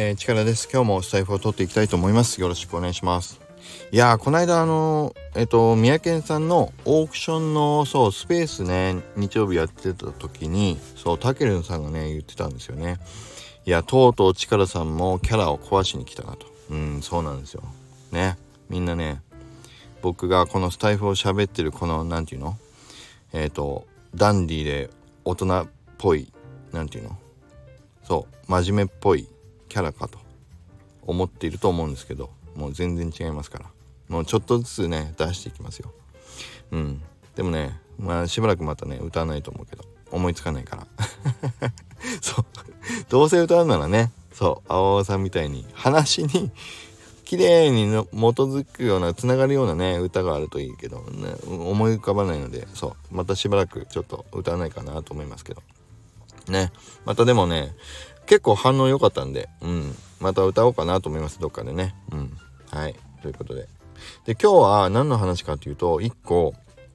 力です。今日もスタイフを取っていきたいと思います。よろしくお願いします。いやー、この間三宅さんのオークションのスペースね、日曜日やってた時にタケルンさんがね言ってたんですよね。いや、とうとう力さんもキャラを壊しに来たなと。そうなんですよね。みんなね、僕がこのスタイフを喋ってるこのなんていうの、ダンディーで大人っぽいなんていうの、真面目っぽいキャラかと思っていると思うんですけど、もう全然違いますから、もうちょっとずつね出していきますよ。でもね、しばらくまたね歌わないと思うけど、思いつかないからどうせ歌うならね、青さんみたいに話に綺麗に基づくような、つながるようなね歌があるといいけどね、思い浮かばないので、またしばらくちょっと歌わないかなと思いますけどね。またでもね、結構反応良かったんで、また歌おうかなと思います、どっかでね。はい、ということで今日は何の話かというと、1個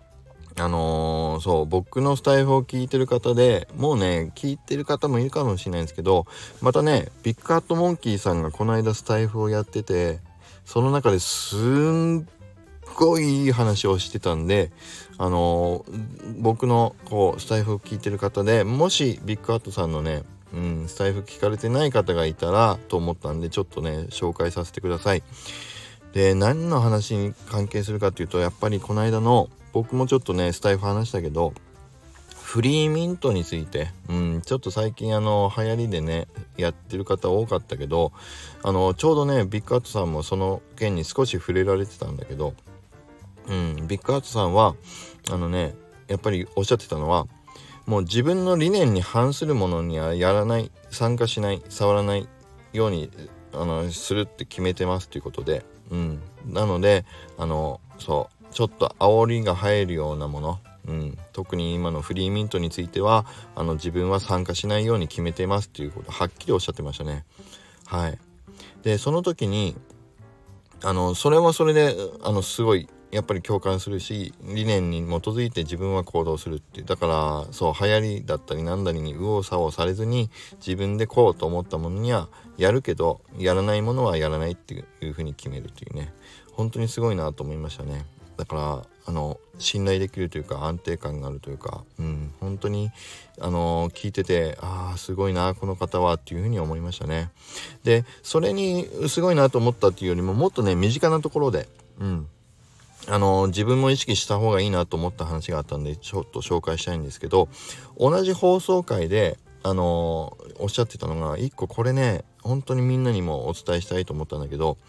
僕のスタイフを聞いてる方で、もうね聞いてる方もいるかもしれないんですけど、またねビッグハットモンキーさんがこの間スタイフをやってて、その中ですんごいいい話をしてたんで、僕のスタイフを聞いてる方で、もしビッグハットさんのね、スタイフ聞かれてない方がいたらと思ったんで、ちょっとね紹介させてください。で、何の話に関係するかっていうと、やっぱりこの間の、僕もちょっとねスタイフ話したけど、フリーミントについて、ちょっと最近流行りでねやってる方多かったけど、ちょうどねビッグハットさんもその件に少し触れられてたんだけど、ビッグハットさんはやっぱりおっしゃってたのは、もう自分の理念に反するものにはやらない、参加しない、触らないようにするって決めてますということで、なのでちょっと煽りが入るようなもの、特に今のフリーミントについては自分は参加しないように決めてますっていうことをはっきりおっしゃってましたね。はい。で、その時にそれはそれですごいやっぱり共感するし、理念に基づいて自分は行動するっていう、だから流行りだったりなんだりに右往左往されずに、自分でこうと思ったものにはやるけど、やらないものはやらないっていう風に決めるっていうね、本当にすごいなと思いましたね。だから信頼できるというか、安定感があるというか、本当に聞いてて、すごいなこの方はっていう風に思いましたね。で、それにすごいなと思ったっていうよりも、もっとね身近なところで、自分も意識した方がいいなと思った話があったんで、ちょっと紹介したいんですけど、同じ放送回でおっしゃってたのが一個、これね本当にみんなにもお伝えしたいと思ったんだけど、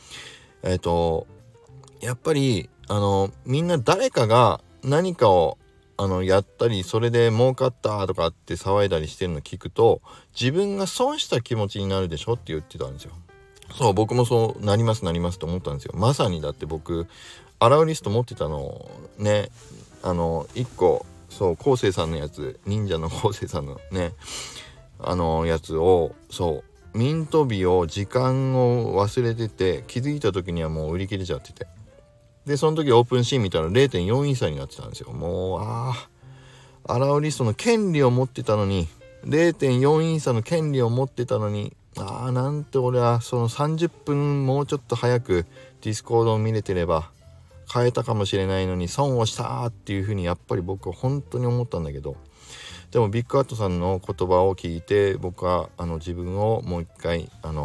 やっぱりみんな誰かが何かをやったり、それで儲かったとかって騒いだりしてるの聞くと、自分が損した気持ちになるでしょって言ってたんですよ。僕もそうなりますと思ったんですよ。まさに、だって僕アラウリスト持ってたのね、1個昴生さんのやつ、忍者の昴生さんのねやつを、ミント日を時間を忘れてて、気づいた時にはもう売り切れちゃってて、でその時オープンシーン見たら 0.4 イーサになってたんですよ。もうアラウリストの権利を持ってたのに、 0.4 イーサの権利を持ってたのに、なんて俺はその30分もうちょっと早くディスコードを見れてれば変えたかもしれないのに損をしたっていう風にやっぱり僕は本当に思ったんだけど、でもビッグハットさんの言葉を聞いて、僕は自分をもう一回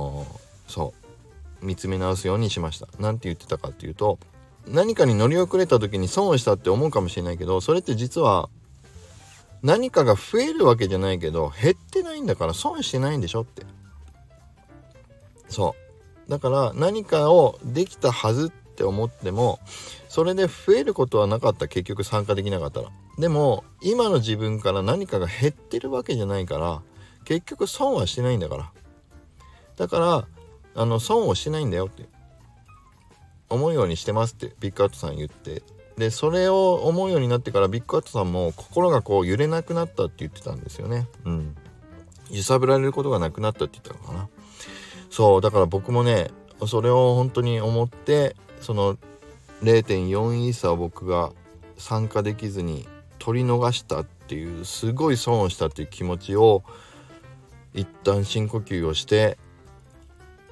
見つめ直すようにしました。なんて言ってたかっていうと、何かに乗り遅れた時に損をしたって思うかもしれないけど、それって実は何かが増えるわけじゃないけど減ってないんだから、損してないんでしょって。だから何かをできたはずって思っても、それで増えることはなかった、結局参加できなかったら。でも今の自分から何かが減ってるわけじゃないから、結局損はしてないんだから、だから損をしてないんだよって思うようにしてますってビッグハットさん言って、でそれを思うようになってからビッグハットさんも心が揺れなくなったって言ってたんですよね。揺さぶられることがなくなったって言ったのかな。だから僕もねそれを本当に思って、その 0.4 イーサを僕が参加できずに取り逃したっていう、すごい損をしたっていう気持ちを一旦深呼吸をして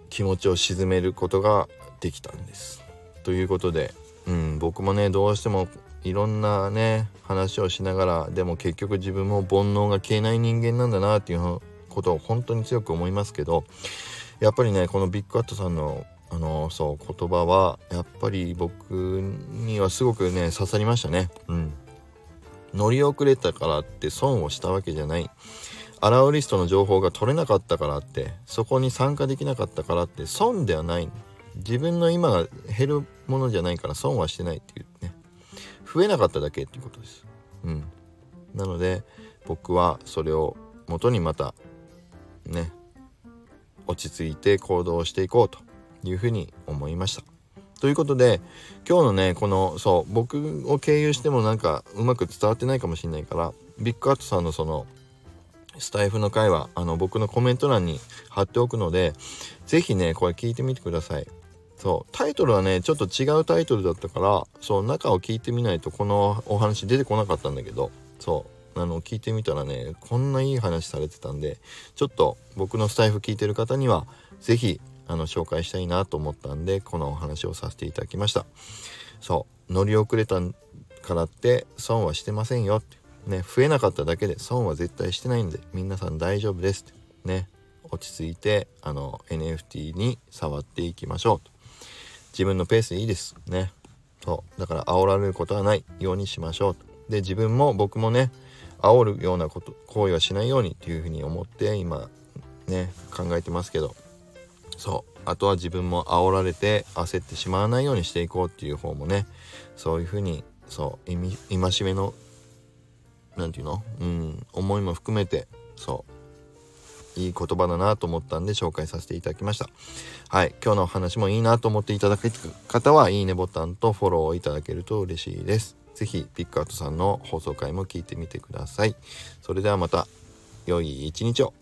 気持ちを鎮めることができたんです。ということで、僕もねどうしてもいろんなね話をしながら、でも結局自分も煩悩が消えない人間なんだなっていうことを本当に強く思いますけど、やっぱりねこのビッグカットさんの言葉はやっぱり僕にはすごくね刺さりましたね。乗り遅れたからって損をしたわけじゃない。アラウリストの情報が取れなかったからって、そこに参加できなかったからって損ではない。自分の今が減るものじゃないから損はしてないっていうね、増えなかっただけっていうことです。なので僕はそれを元にまたね落ち着いて行動していこうというふうに思いました。ということで今日のねこの僕を経由してもなんかうまく伝わってないかもしれないから、ビッグカットさんのそのスタイフの回は僕のコメント欄に貼っておくので、ぜひねこれ聞いてみてください。タイトルはねちょっと違うタイトルだったから、中を聞いてみないとこのお話出てこなかったんだけど、聞いてみたらねこんないい話されてたんで、ちょっと僕のスタイフ聞いてる方にはぜひ紹介したいなと思ったんで、このお話をさせていただきました。乗り遅れたからって損はしてませんよってね、増えなかっただけで損は絶対してないんで皆さん大丈夫ですってね、落ち着いてNFT に触っていきましょうと。自分のペースでいいですね。だから煽られることはないようにしましょうと。で自分も僕もね煽るような行為はしないようにっていうふうに思って今ね考えてますけど、あとは自分も煽られて焦ってしまわないようにしていこうっていう方もね、そういうふうに戒めのなんていうの、思いも含めていい言葉だなと思ったんで紹介させていただきました。はい、今日の話もいいなと思っていただける方はいいねボタンとフォローをいただけると嬉しいです。ぜひピックアウトさんの放送回も聞いてみてください。それではまた良い一日を。